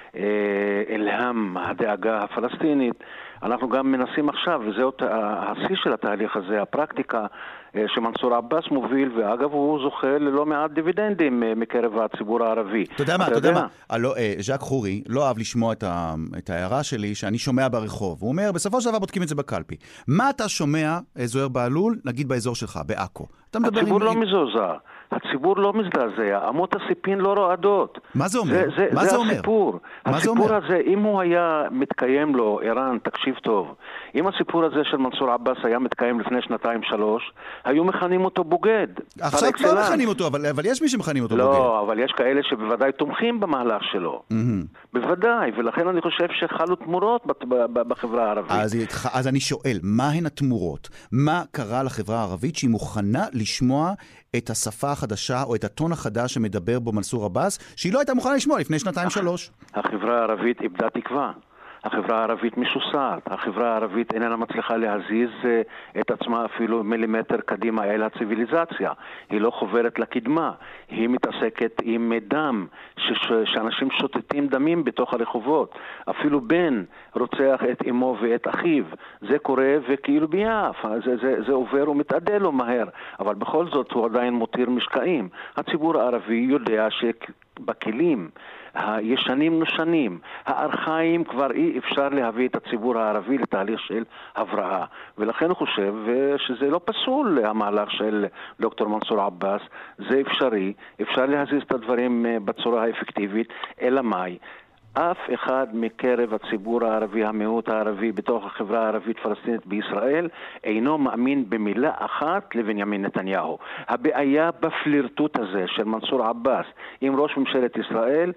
האלהם, הדאגה הפלסטינית. אנחנו גם מנסים עכשיו, וזהו השיא של התהליך הזה, הפרקטיקה, שמנסור עבאס מוביל, ואגב הוא זוכה ללא מעט דיבידנדים מקרב הציבור הערבי. אתה יודע מה? ז'ק חורי לא אהב לשמוע את ההערה שלי שאני שומע ברחוב. הוא אומר, בסופו של דבר בודקים את זה בקלפי. מה אתה שומע, זוהיר בהלול, נגיד באזור שלך, בעכו? הציבור לא מזועזע. הציבור לא מזדעזע, אמות הסיפין לא רועדות. מה זה אומר? זה הסיפור. הסיפור הזה, אם הוא היה מתקיים לו, ערן, תקשיב טוב, אם הסיפור הזה של מנסור עבאס היה מתקיים לפני 2-3, היו מכנים אותו בוגד. עכשיו כבר מכנים אותו, אבל יש מי שמכנים אותו בוגד. לא, אבל יש כאלה שבוודאי תומכים במהלך שלו. בוודאי, ולכן אני חושב שחלו תמורות בחברה הערבית. אז אני שואל, מה הן התמורות? מה קרה לחברה הערבית שהיא מוכנה לשמוע את השפה החדשה או את הטון החדש שמדבר בו מנסור עבאס, שהיא לא הייתה מוכנה לשמוע לפני 2-3? החברה הערבית איבדה תקווה. החברה הערבית משוסעת. החברה הערבית איננה מצליחה להזיז את עצמה אפילו מילימטר קדימה אל הציביליזציה. היא לא חוברת לקדמה. היא מתעסקת עם דם, שאנשים שוטטים דמים בתוך הרחובות. אפילו בן רוצח את אמו ואת אחיו. זה קורה וכאילו ביעף. זה עובר ומתעדל לו מהר. אבל בכל זאת הוא עדיין מותיר משקעים. הציבור הערבי יודע שבכלים הישנים נושנים, הארכאיים, כבר אי אפשר להביא את הציבור הערבי לתהליך של הבראה. ולכן אני חושב שזה לא פסול המהלך של דוקטור מנסור עבאס, זה אפשרי, אפשר להזיז את הדברים בצורה האפקטיבית, אלא מאי? אף אחד מקרב הציבור הערבי, המיעוט הערבי בתוך החברה הערבית פלסטינית בישראל, אינו מאמין במילה אחת לבנימין נתניהו. הבעיה בפלירטוט הזה של מנסור עבאס עם ראש ממשלת ישראל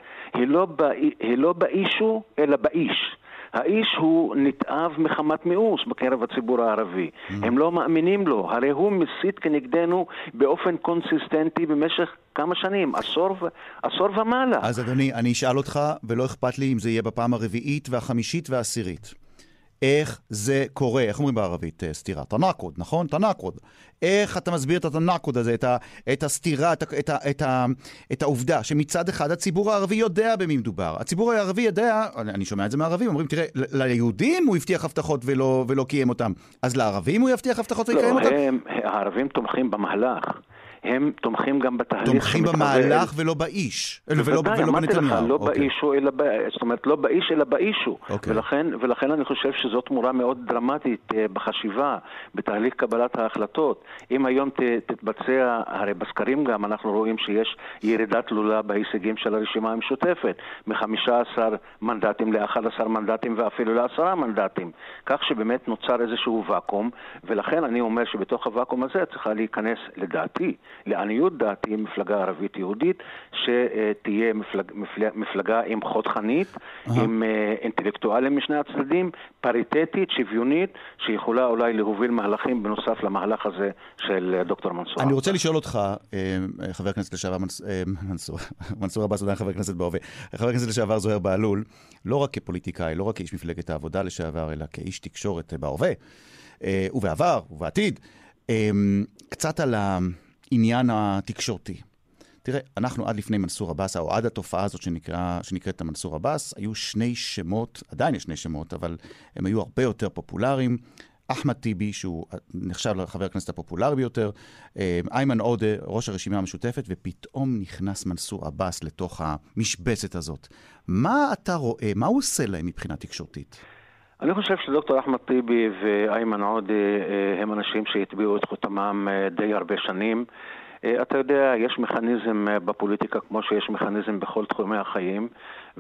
היא לא באישו אלא באיש. האיש הוא נתאב מחמת מאוס בקרב הציבור הערבי. הם לא מאמינים לו. הרי הוא מסית כנגדנו באופן קונסיסטנטי במשך כמה שנים, עשור ומעלה. אז אדוני, אני אשאל אותך, ולא אכפת לי אם זה יהיה בפעם הרביעית והחמישית והעשירית. איך זה קורה? איך אומרים בערבית סתירה? תנקוד, נכון? תנקוד. איך אתה מסביר את התנקוד הזה, את הסתירה, את העובדה שמצד אחד הציבור הערבי יודע במי מדובר. הציבור הערבי יודע, אני שומע את זה מהערבים, אומרים, תראה, ליהודים הוא הבטיח הבטחות ולא קיים אותם. אז לערבים הוא יבטיח הבטחות ויקיים אותם? לא, הערבים תומכים במהלך. הם תומכים גם בתהליך. תומכים במהלך ולא באיש. ולא בנתניהו. לא באישו, זאת אומרת, לא באיש אלא באישו. ולכן אני חושב שזאת תמורה מאוד דרמטית בחשיבה, בתהליך קבלת ההחלטות. אם היום תתבצע, הרי בסקרים גם אנחנו רואים שיש ירידה תלולה בהישגים של הרשימה המשותפת, מ-15 מנדטים ל-11 מנדטים ואפילו ל10 מנדטים. כך שבאמת נוצר איזשהו ואקום, ולכן אני אומר שבתוך הוואקום הזה צריכה להיכנס לדעתי, לעניות דעתי, מפלגה ערבית יהודית שתהיה מפלגה עם חוד חנית, עם אינטלקטואלים משני הצדדים, פריטטית, שוויונית, שיכולה אולי להוביל מהלכים בנוסף למהלך הזה של דוקטור מנסור. אני רוצה לשאול אותך, חבר הכנסת לשעבר מנסור עבאס, עדיין חבר הכנסת בהווה, חבר הכנסת לשעבר זוהיר בהלול, לא רק כפוליטיקאי, לא רק כאיש מפלגת העבודה לשעבר, אלא כאיש תקשורת בהווה, ובעבר ובעתיד, קצת על העניין התקשורתי. תראה, אנחנו עד לפני מנסור עבאס, או עד התופעה הזאת שנקראת מנסור עבאס, היו שני שמות, עדיין יש שני שמות, אבל הם היו הרבה יותר פופולריים. אחמד טיבי, שהוא נחשב לחבר הכנסת הפופולרי ביותר, איימן עודה, ראש הרשימה המשותפת, ופתאום נכנס מנסור עבאס לתוך המשבצת הזאת. מה אתה רואה? מה הוא עושה להם מבחינה תקשורתית? אני חושב שדוקטור אחמד טיבי ואיימן עודה הם אנשים שהטביעו את חותמם די הרבה שנים. אתה יודע, יש מכניזם בפוליטיקה כמו שיש מכניזם בכל תחומי החיים,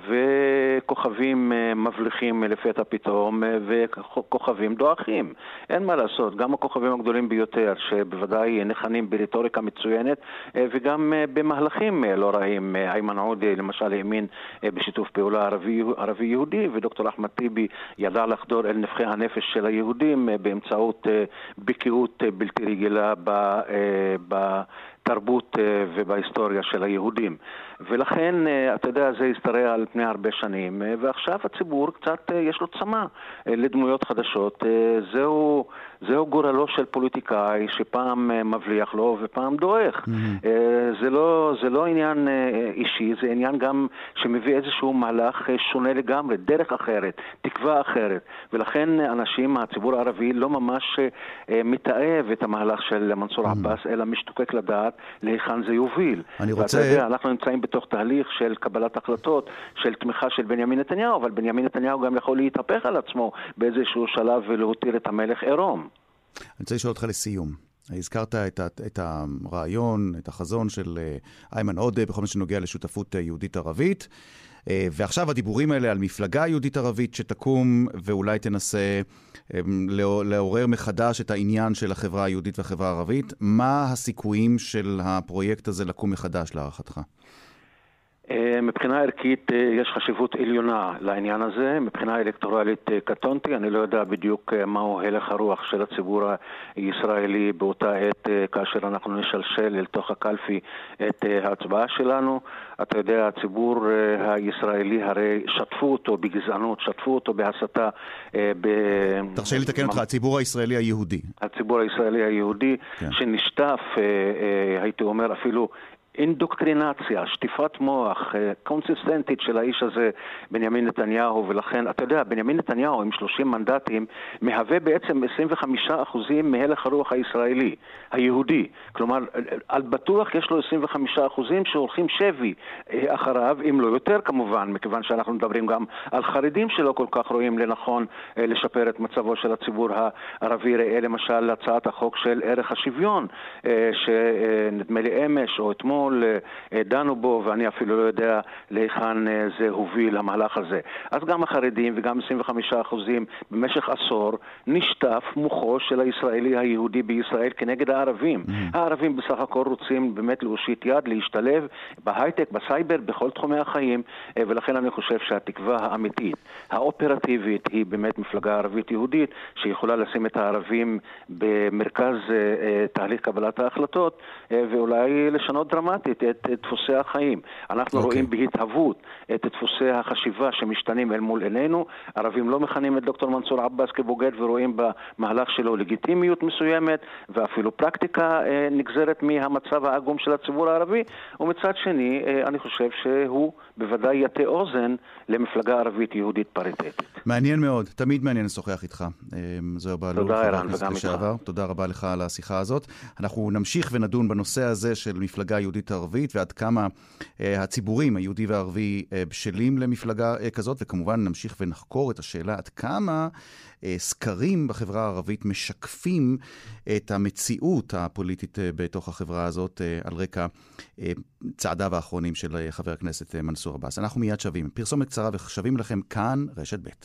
וכוכבים מבליחים לפתע פתאום, וכוכבים דועכים. אין מה לעשות, גם הכוכבים הגדולים ביותר, שבוודאי נכנים ברטוריקה מצוינת, וגם במהלכים לא רעים. איימן עודה למשל האמין בשיתוף פעולה ערבי-יהודי, ודוקטור אחמד טיבי ידע לחדור אל נפחי הנפש של היהודים באמצעות בקיאות בלתי רגילה בתרבות ובהיסטוריה של היהודים. ולכן, אתה יודע, זה הסתרע על פני הרבה שנים, ועכשיו הציבור קצת יש לו צמא לדמויות חדשות. זהו גורלו של פוליטיקאי שפעם מבליח לו ופעם דועך. זה לא עניין אישי, זה עניין גם שמביא איזשהו מהלך שונה לגמרי, דרך אחרת, תקווה אחרת. ולכן אנשים, הציבור הערבי, לא ממש מתאהב את המהלך של מנסור עבאס, אלא משתוקק לדעת להיכן זה יוביל. אנחנו נמצאים בתוך תהליך של קבלת החלטות, של תמיכה של בנימין נתניהו, אבל בנימין נתניהו גם יכול להתהפך על עצמו באיזשהו שלב ולהותיר את המלך עירום. אני רוצה לשאול אותך לסיום. הזכרת את הרעיון, את החזון של איימן עודה בכל מה שנוגע לשותפות יהודית-ערבית, ועכשיו הדיבורים האלה על מפלגה יהודית-ערבית שתקום ואולי תנסה לעורר מחדש את העניין של החברה היהודית והחברה הערבית. מה הסיכויים של הפרויקט הזה לקום מחדש להערכתך? מבחינה ערכית יש חשיבות עליונה לעניין הזה. מבחינה אלקטורלית קטונתי, אני לא יודע בדיוק מהו הלך הרוח של הציבור הישראלי באותה עת כאשר אנחנו נשלשל אל תוך הקלפי את ההצבעה שלנו. אתה יודע, הציבור הישראלי הרי שתפו אותו בגזענות, שתפו אותו בהסתה. תרשה לי לתקן אותך, הציבור הישראלי היהודי. הציבור הישראלי היהודי שנשטף, הייתי אומר אפילו, אינדוקטרינציה, שטיפת מוח קונסיסטנטית של האיש הזה, בנימין נתניהו. ולכן, אתה יודע, בנימין נתניהו עם 30 מנדטים מהווה בעצם 25% מהלך הרוח הישראלי, היהודי. כלומר, על בטוח יש לו 25% שהולכים שבי אחריו, אם לא יותר כמובן, מכיוון שאנחנו מדברים גם על חרדים שלא כל כך רואים לנכון לשפר את מצבו של הציבור הערבי. ראה למשל הצעת החוק של ערך השוויון, שנדמה לי אמש או אתמול דנו בו, ואני אפילו לא יודע להיכן זה הוביל המהלך הזה. אז גם החרדים וגם 25% במשך עשור נשטף מוחו של הישראלי היהודי בישראל כנגד הערבים. הערבים בסך הכל רוצים באמת להושיט יד, להשתלב בהייטק, בסייבר, בכל תחומי החיים, ולכן אני חושב שהתקווה האמיתית, האופרטיבית, היא באמת מפלגה ערבית יהודית שיכולה לשים את הערבים במרכז תהליך קבלת ההחלטות, ואולי לשנות דרמטית את דפוסי החיים. אנחנו רואים בהתהוות את דפוסי החשיבה שמשתנים אל מול עינינו. ערבים לא מכנים את דוקטור מנסור עבאס כבוגד ורואים במהלך שלו לגיטימיות מסוימת, ואפילו פרקטיקה נגזרת מהמצב העגום של הציבור הערבי. ומצד שני, אני חושב שהוא בוודאי יטה אוזן למפלגה ערבית יהודית פריטטית. מעניין מאוד, תמיד מעניין לשוחח איתך. זוהיר בהלול, תודה ערן, וגם איתך. תודה רבה לך על השיחה הזאת. אנחנו נמשיך ונדון בנושא הזה של מפלגה יהודית ערבית, ועד כמה הציבורים היהודי והערבי בשלים למפלגה כזאת, וכמובן נמשיך ונחקור את השאלה עד כמה סקרים בחברה הערבית משקפים את המציאות הפוליטית בתוך החברה הזאת על רקע צעדיו האחרונים של חבר הכנסת מנסור עבאס. אנחנו מיד שווים. פרסומת קצרה ושווים לכם כאן רשת ב'.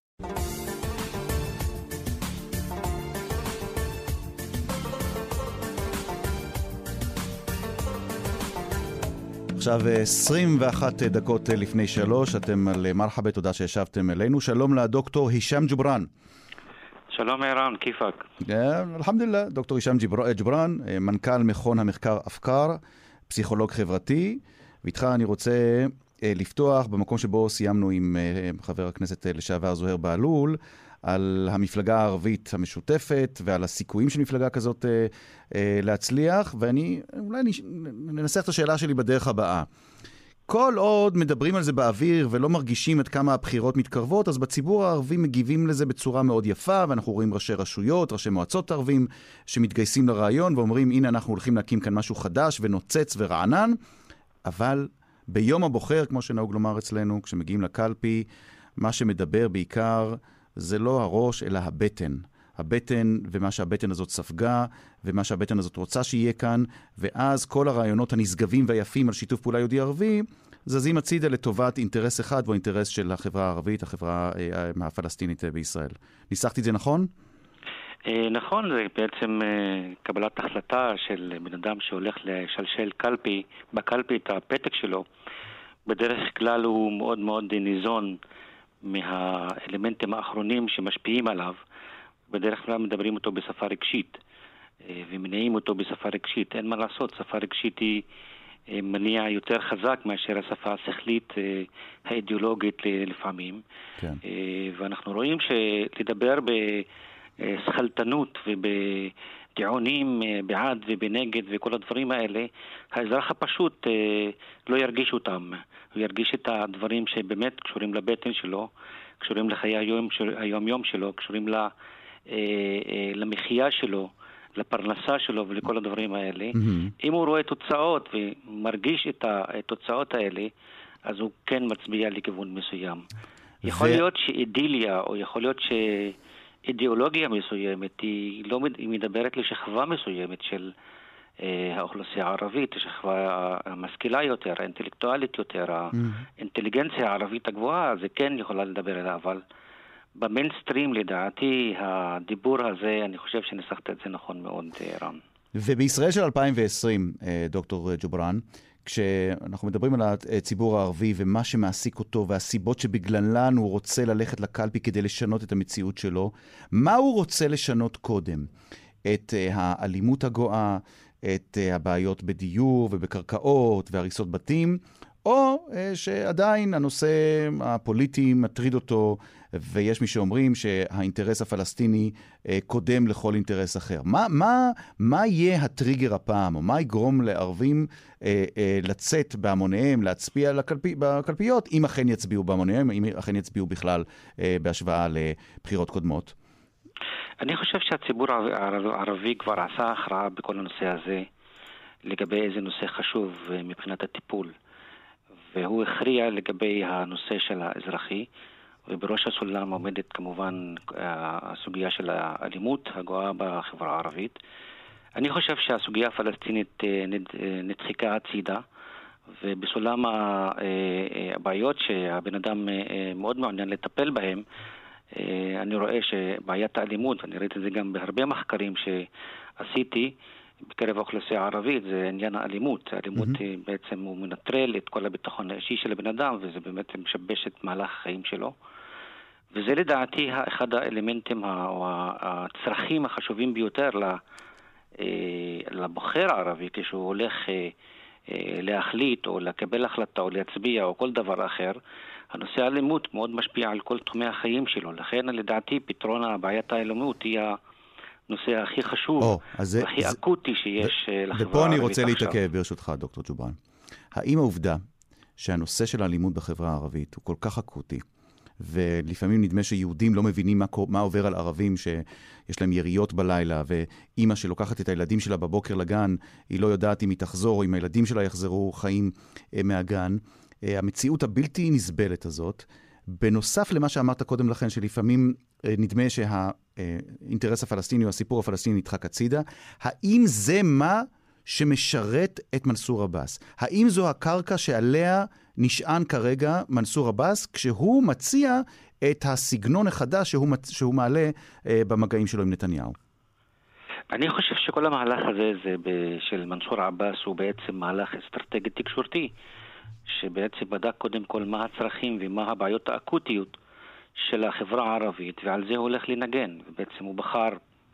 עכשיו 21 דקות לפני 3, אתם על מרחבה, תודה שישבתם אלינו. שלום לדוקטור הישאם ג'ובראן. שלום ערן, כיפק. אלחמדולillah, דוקטור הישאם ג'ובראן, מנכ"ל מכון המחקר אפקר, פסיכולוג חברתי. ואיתך אני רוצה לפתוח במקום שבו סיימנו עם חבר הכנסת לשעבר זוהיר בהלול, על המפלגה הערבית המשותפת ועל הסיכויים של מפלגה כזאת להצליח, ואני אולי ננסח את השאלה שלי בדרך הבאה. כל עוד מדברים על זה באוויר ולא מרגישים עד כמה הבחירות מתקרבות, אז בציבור הערבי מגיבים לזה בצורה מאוד יפה, ואנחנו רואים ראשי רשויות, ראשי מועצות ערבים שמתגייסים לרעיון ואומרים, הנה אנחנו הולכים להקים כאן משהו חדש ונוצץ ורענן, אבל ביום הבוחר, כמו שנהוג לומר אצלנו, כשמגיעים לקלפי, מה שמדבר בעיקר זה לא הראש, אלא הבטן. הבטן ומה שהבטן הזאת ספגה, ומה שהבטן הזאת רוצה שיהיה כאן, ואז כל הרעיונות הנשגבים והיפים על שיתוף פעולה יהודי-ערבי, זזים הצידה לטובת אינטרס אחד, והוא אינטרס של החברה הערבית, החברה הפלסטינית בישראל. ניסחתי את זה נכון? נכון, זה בעצם קבלת החלטה של בן אדם שהולך לשלשל קלפי, בקלפי את הפתק שלו. בדרך כלל הוא מאוד מאוד ניזון מהאלמנטים האחרונים שמשפיעים עליו. בדרך כלל מדברים אותו בשפה רגשית. ומניעים אותו בשפה רגשית. אין מה לעשות, שפה רגשית היא מניע יותר חזק מאשר השפה השכלית האידיאולוגית לפעמים. כן. ואנחנו רואים שלדבר בסחלטנות ובטיעונים בעד ובנגד וכל הדברים האלה, האזרח הפשוט לא ירגיש אותם. הוא ירגיש את הדברים שבאמת קשורים לבטן שלו, קשורים לחיי היום-יום שלו, קשורים למחיה שלו, לפרנסה שלו ולכל הדברים האלה. אם הוא רואה תוצאות ומרגיש את התוצאות האלה, אז הוא כן מצביע לכיוון מסוים. יכול להיות שאידיליה, או יכול להיות שאידיאולוגיה מסוימת, היא מדברת לשכבה מסוימת של האוכלוסייה הערבית, השכבה המשכילה יותר, האינטלקטואלית יותר, האינטליגנציה הערבית הגבוהה, זה כן יכולה לדבר אליה, אבל במיינסטרים לדעתי הדיבור הזה, אני חושב שניסחת את זה נכון מאוד, רן. ובישראל של 2020, דוקטור ג'ובראן, כשאנחנו מדברים על הציבור הערבי ומה שמעסיק אותו והסיבות שבגללן הוא רוצה ללכת לקלפי כדי לשנות את המציאות שלו, מה הוא רוצה לשנות קודם? את האלימות הגואה, את הבעיות בדיור ובקרקעות והריסות בתים, או שעדיין הנושא הפוליטי מטריד אותו, ויש מי שאומרים שהאינטרס הפלסטיני קודם לכל אינטרס אחר. מה יהיה הטריגר הפעם, או מה יגרום לערבים לצאת בהמוניהם, להצביע בקלפיות, אם אכן יצביעו בהמוניהם, אם אכן יצביעו בכלל בהשוואה לבחירות קודמות? אני חושב שהציבור הערבי כבר עשה הכרעה בכל הנושא הזה, לגבי איזה נושא חשוב מבחינת הטיפול. והוא הכריע לגבי הנושא של האזרחי, ובראש הסולם עומדת כמובן הסוגיה של האלימות הגואה בחברה הערבית. אני חושב שהסוגיה הפלסטינית נדחקה הצידה, ובסולם הבעיות שהבן אדם מאוד מעוניין לטפל בהם, אני רואה שבעיית האלימות, ואני ראיתי את זה גם בהרבה מחקרים שעשיתי, בקרב האוכלוסייה הערבית, זה עניין האלימות. האלימות בעצם הוא מנטרל את כל הביטחון האישי של הבן אדם, וזה באמת משבש את מהלך החיים שלו. וזה לדעתי אחד האלמנטים או הצרכים החשובים ביותר לבוחר הערבי, כשהוא הולך להחליט או לקבל החלטה או להצביע או כל דבר אחר. הנושא האלימות מאוד משפיע על כל תחומי החיים שלו. לכן לדעתי פתרון בעיית האלימות היא הנושא הכי חשוב, הכי אקוטי שיש לחברה הערבית. ופה אני רוצה להתעכב ברשותך, דוקטור ג'ובראן. האם העובדה שהנושא של האלימות בחברה הערבית הוא כל כך אקוטי, ולפעמים נדמה שיהודים לא מבינים מה עובר על ערבים שיש להם יריות בלילה, ואימא שלוקחת את הילדים שלה בבוקר לגן, היא לא יודעת אם היא תחזור או אם הילדים שלה יחזרו חיים מהגן, המציאות הבלתי נסבלת הזאת, בנוסף למה שאמרת קודם לכן, שלפעמים נדמה שהאינטרס הפלסטיני או הסיפור הפלסטיני נדחק הצידה, האם זה מה שמשרת את מנסור עבאס? האם זו הקרקע שעליה נשען כרגע מנסור עבאס, כשהוא מציע את הסגנון החדש שהוא מעלה במגעים שלו עם נתניהו? אני חושב שכל המהלך הזה של מנסור עבאס הוא בעצם מהלך אסטרטגי תקשורתי, שבעצם בדק קודם כל מה הצרכים ומה הבעיות האקוטיות של החברה הערבית, ועל זה הוא הולך לנגן. ובעצם הוא בחר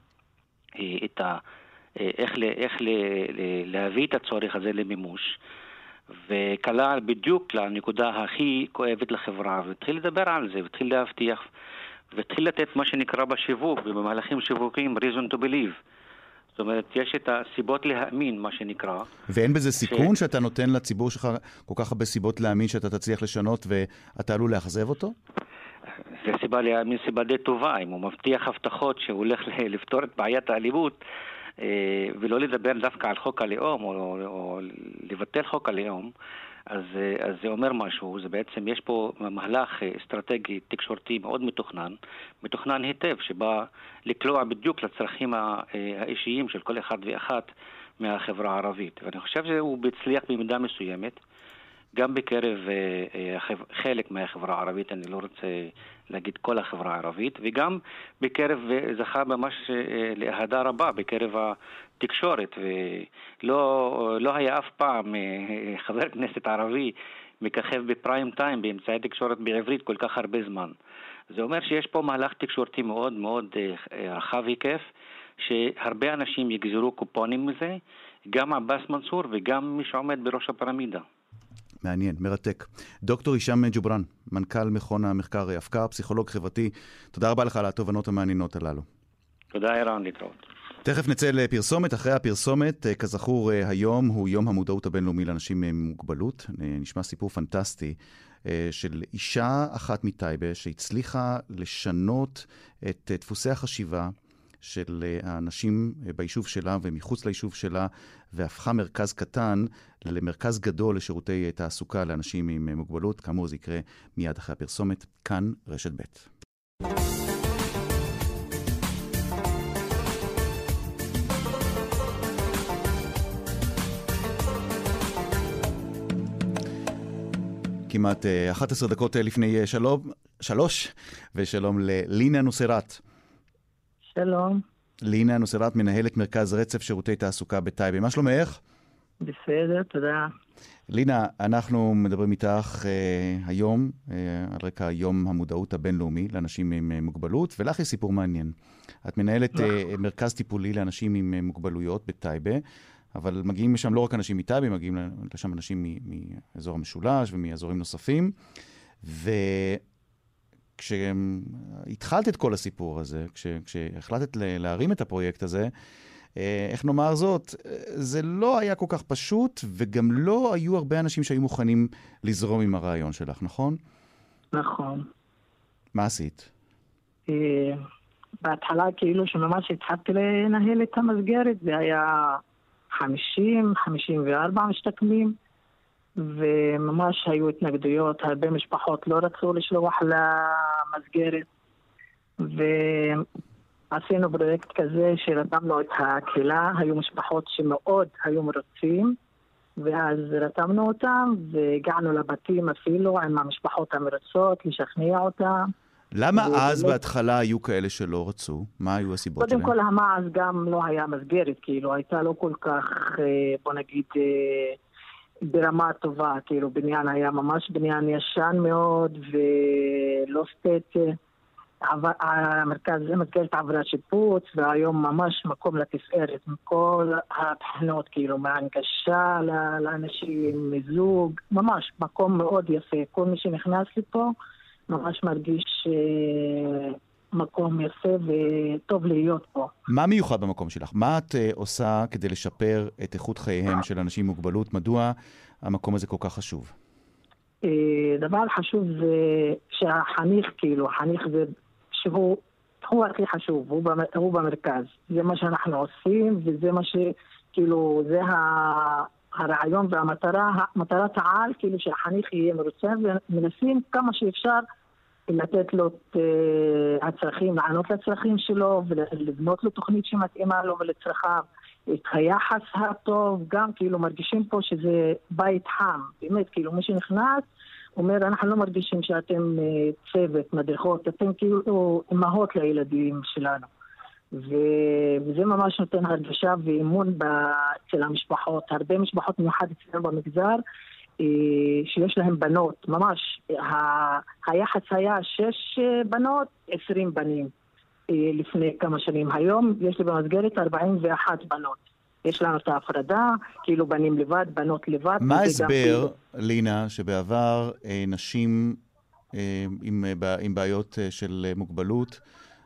איך להביא את הצורך הזה למימוש, וקלה בדיוק לנקודה הכי כואבת לחברה, והתחיל לדבר על זה, והתחיל להבטיח, והתחיל לתת מה שנקרא בשיווק, ובמהלכים שיווקיים, reason to believe. זאת אומרת, יש את הסיבות להאמין, מה שנקרא. ואין בזה סיכון שאתה נותן לציבור שלך כל כך הרבה סיבות להאמין שאתה תצליח לשנות ואתה עלול לאכזב אותו? זה סיבה להאמין, סיבה די טובה. אם הוא מבטיח הבטחות שהוא הולך לפתור את בעיית האלימות, ולא לדבר דווקא על חוק הלאום, או לבטל חוק הלאום, אז זה אומר משהו. זה בעצם, יש פה מהלך אסטרטגי תקשורתי מאוד מתוכנן היטב, שבא לקלוע בדיוק לצרכים האישיים של כל אחד ואחת מהחברה הערבית. ואני חושב שהוא הצליח במידה מסוימת, גם בקרב חלק מהחברה הערבית, אני לא רוצה להגיד כל החברה הערבית, וגם בקרב, זכה ממש להדה רבה בקרב התקשורת, ולא היה אף פעם חבר כנסת ערבי מככב בפריים טיים באמצעי תקשורת בעברית כל כך הרבה זמן. זה אומר שיש פה מהלך תקשורתי מאוד מאוד רחב היקף, שהרבה אנשים יגזרו קופונים מזה, גם עבאס מנסור וגם מי שעומד בראש הפירמידה. מעניין, מרתק. דוקטור הישאם ג'ובראן, מנכ"ל מכון המחקר אפקר, פסיכולוג חברתי, תודה רבה לך על התובנות המעניינות הללו. תודה ערן, להתראות. תכף נצא לפרסומת. אחרי הפרסומת, כזכור, היום הוא יום המודעות הבינלאומי לאנשים עם מוגבלות. נשמע סיפור פנטסטי של אישה אחת מטייבה שהצליחה לשנות את דפוסי החשיבה של האנשים ביישוב שלה ומחוץ ליישוב שלה, והפכה מרכז קטן למרכז גדול לשירותי תעסוקה לאנשים עם מוגבלות. כאמור, זה יקרה מיד אחרי הפרסומת. כאן רשת ב'. כמעט 11 דקות לפני 3, ושלום ללינה נוסרת. שלום. לינה נוסרת, מנהלת מרכז רצף שירותי תעסוקה בטייבה. מה שלומך? בסדר, תודה. לינה, אנחנו מדברים איתך היום על רקע יום המודעות הבינלאומי לאנשים עם מוגבלות, ולך יש סיפור מעניין. את מנהלת מרכז טיפולי לאנשים עם מוגבלויות בטייבה, אבל מגיעים לשם לא רק אנשים מטייבה, מגיעים לשם אנשים מאזור המשולש ומאזורים נוספים. וכשהתחלת את כל הסיפור הזה, כשהחלטת להרים את הפרויקט הזה, איך נאמר זאת, זה לא היה כל כך פשוט, וגם לא היו הרבה אנשים שהיו מוכנים לזרום עם הרעיון שלך, נכון? נכון. מה עשית? בהתחלה כאילו שממש התחלתי לנהל את המסגרת, זה היה 54 משתקמים, וממש היו התנגדויות, הרבה משפחות לא רצו לשלוח למסגרת, ועשינו פרויקט כזה שרתמנו את הקהילה, היו משפחות שמאוד היו מרוצים, ואז רתמנו אותם והגענו לבתים אפילו עם המשפחות המרצות, לשכנע אותם. למה אז בהתחלה היו כאלה שלא רצו? מה היו הסיבות שלהם? קודם כל המעז גם לא היה מסגרת, כאילו הייתה לא כל כך, בוא נגיד, ברמה טובה, כאילו בניין היה ממש בניין ישן מאוד ולא סטטי. המסגרת עברה שיפוץ, והיום ממש מקום לתפארת מכל הבחינות, כאילו מהנגשה לאנשים, מזוג, ממש מקום מאוד יפה. כל מי שנכנס לפה ממש מרגיש מקום יפה וטוב להיות פה. מה מיוחד במקום שלך? מה את עושה כדי לשפר את איכות חייהם של אנשים עם מוגבלות? מדוע המקום הזה כל כך חשוב? דבר חשוב זה שהחניך, כאילו, החניך זה שהוא הכי חשוב, הוא במרכז. זה מה שאנחנו עושים, וזה מה שכאילו, זה הרעיון והמטרה, מטרת העל, כאילו שהחניך יהיה מרוצה, ומנסים כמה שאפשר לתת לו את הצרכים, לענות לצרכים שלו, ולבנות לו תוכנית שמתאימה לו ולצרכיו, את היחס הטוב, גם כאילו מרגישים פה שזה בית חם, באמת, כאילו מי שנכנס, אומר, אנחנו לא מרגישים שאתם צוות, מדריכות, אתם כאילו אמהות לילדים שלנו. וזה ממש נותן הרגשה ואימון אצל המשפחות. הרבה משפחות מיוחד אצלנו במגזר, שיש להם בנות, ממש. היחס היה 6 בנות, 20 בנים לפני כמה שנים. היום יש לי במסגרת 41 בנות. יש לנו את ההפרדה, כאילו בנים לבד, בנות לבד. מה הסבר, לינה, שבעבר נשים עם בעיות של מוגבלות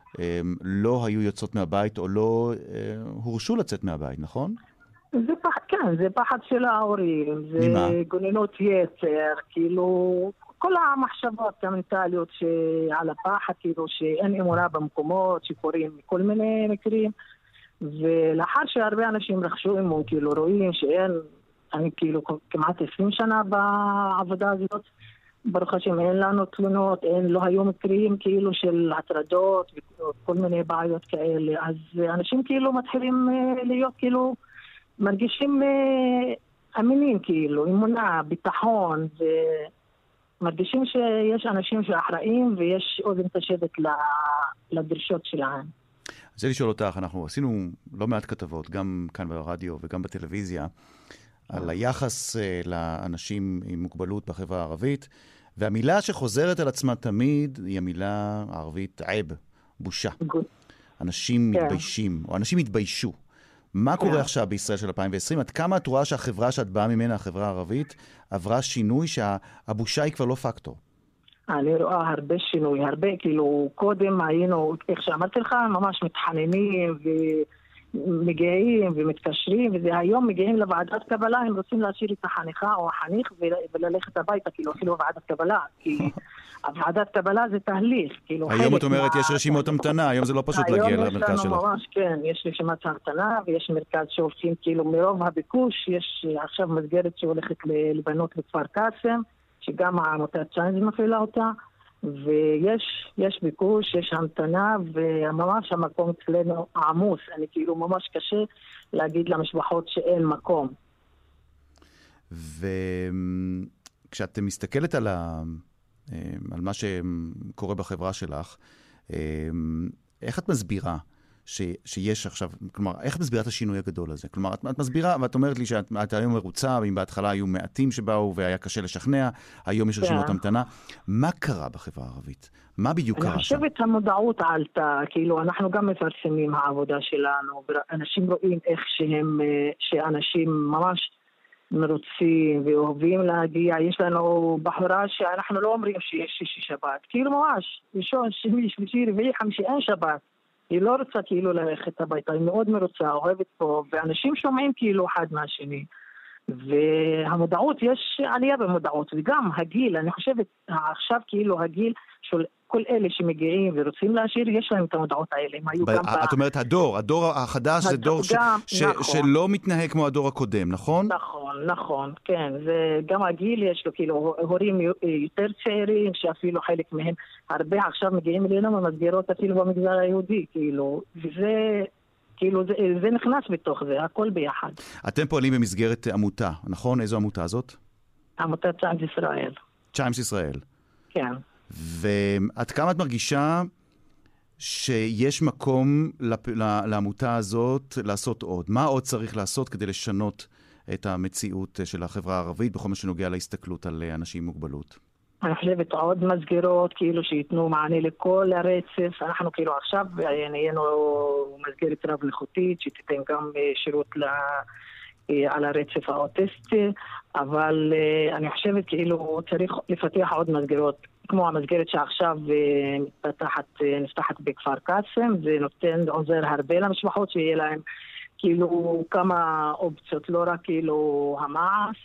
לא היו יוצאות מהבית או לא הורשו לצאת מהבית, נכון? כן, זה פחד של ההורים, זה גוננות יצר, כאילו כל המחשבות המנטליות שעל הפחד, כאילו שאין אמונה במקומות שקורים כל מיני מקרים, ולאחר שהרבה אנשים רכשו אמון, כאילו רואים שאין, אני כאילו כמעט 20 שנה בעבודה הזאת, ברוך השם אין לנו תלונות, לא היו מקרים כאילו של הטרדות וכל מיני בעיות כאלה, אז אנשים כאילו מתחילים להיות כאילו, מרגישים אמינים כאילו, אמונה, ביטחון, ומרגישים שיש אנשים שאחראים ויש אוזן קשבת לדרישות שלהם. אני רוצה לשאול אותך, אנחנו עשינו לא מעט כתבות, גם כאן ברדיו וגם בטלוויזיה, על היחס לאנשים עם מוגבלות בחברה הערבית, והמילה שחוזרת על עצמה תמיד היא המילה הערבית עיב, בושה. אנשים מתביישים, או אנשים התביישו. מה קורה עכשיו בישראל של 2020? עד כמה את רואה שהחברה שאת באה ממנה, החברה הערבית, עברה שינוי שהבושה היא כבר לא פקטור? אני רואה הרבה שינוי, הרבה, כאילו, קודם היינו, איך שאמרתי לך, ממש מתחננים ומגיעים ומתקשרים, והיום מגיעים לוועדת קבלה, הם רוצים להשאיר את החניכה או החניך וללכת הביתה, כאילו, אפילו ועדת קבלה, כי ועדת קבלה זה תהליך, כאילו, היום את אומרת, יש רשימות המתנה, היום זה לא פשוט להגיע למרכז שלך. היום יש לנו ממש, כן, יש רשימת המתנה, ויש מרכז שהולכים, כאילו, מרוב הביקוש, יש עכשיו מסגרת שהולכת לבנות בכפר קאסם, שגם העמותת צ'יינג' מפעילה אותה, ויש ביקוש, יש המתנה, וממש המקום אצלנו עמוס. אני כאילו ממש קשה להגיד למשפחות שאין מקום. וכשאת מסתכלת על מה שקורה בחברה שלך, איך את מסבירה שיש עכשיו, כלומר, איך את מסבירה את השינוי הגדול הזה? כלומר, את מסבירה, ואת אומרת לי שאת היום מרוצה, אם בהתחלה היו מעטים שבאו והיה קשה לשכנע, היום יש רשימות המתנה. מה קרה בחברה הערבית? מה בדיוק קרה שם? אני חושבת המודעות עלתה, כאילו, אנחנו גם מפרסמים העבודה שלנו, אנשים רואים איך שאנשים ממש מרוצים ואוהבים להגיע. יש לנו בחורה שאנחנו לא אומרים שיש שישי שבת, כאילו ממש, ראשון, שני, שלישי, רביעי, חמישי, אין שבת. היא לא רוצה כאילו ללכת הביתה, היא מאוד מרוצה, אוהבת פה, ואנשים שומעים כאילו אחד מהשני. והמודעות, יש עלייה במודעות, וגם הגיל, אני חושבת, עכשיו כאילו הגיל של כל אלה שמגיעים ורוצים להשאיר, יש להם את המודעות האלה. את אומרת הדור החדש זה דור שלא מתנהג כמו הדור הקודם, נכון? נכון, כן. וגם הגיל יש לו כאילו הורים יותר צעירים, שאפילו חלק מהם הרבה עכשיו מגיעים אלינו ממסגרות אפילו במגזר היהודי, כאילו, וזה... כאילו זה נכנס בתוך זה, הכל ביחד. אתם פועלים במסגרת עמותה, נכון? איזו עמותה זאת? עמותת צ'יימס ישראל. צ'יימס ישראל. כן. ועד כמה את מרגישה שיש מקום לעמותה הזאת לעשות עוד? מה עוד צריך לעשות כדי לשנות את המציאות של החברה הערבית בכל מה שנוגע להסתכלות על אנשים עם מוגבלות? אני חושבת עוד מסגרות, כאילו שיתנו מענה לכל הרצף. אנחנו כאילו עכשיו נהיינו מסגרת רב-נכותית, שתיתן גם שירות על הרצף האוטיסטי, אבל אני חושבת כאילו צריך לפתח עוד מסגרות, כמו המסגרת שעכשיו נפתחת בכפר קאסם, זה עוזר הרבה למשפחות שיהיה להם כאילו כמה אופציות, לא רק כאילו המעש.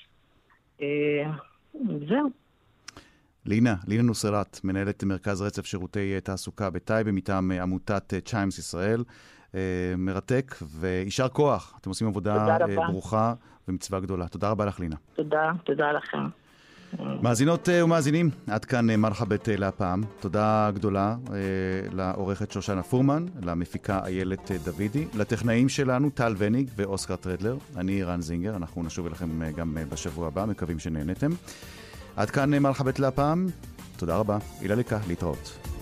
זהו. לינה נוסרת, מנהלת מרכז רצף שירותי תעסוקה בטייבה, מטעם עמותת צ'יימס ישראל. מרתק, וישר כוח. אתם עושים עבודה ברוכה ומצווה גדולה. תודה רבה לך, לינה. תודה לכם. מאזינות ומאזינים, עד כאן מרחבת להפעם. תודה גדולה לעורכת שושנה פורמן, למפיקה איילת דוידי, לטכנאים שלנו טל וניג ואוסקר טרדלר. אני רן זינגר, אנחנו נשוב אליכם גם בשבוע הבא, מקווים שנהנתם. עד כאן מרחבת להפעם, תודה רבה, אילה לקה, להתראות.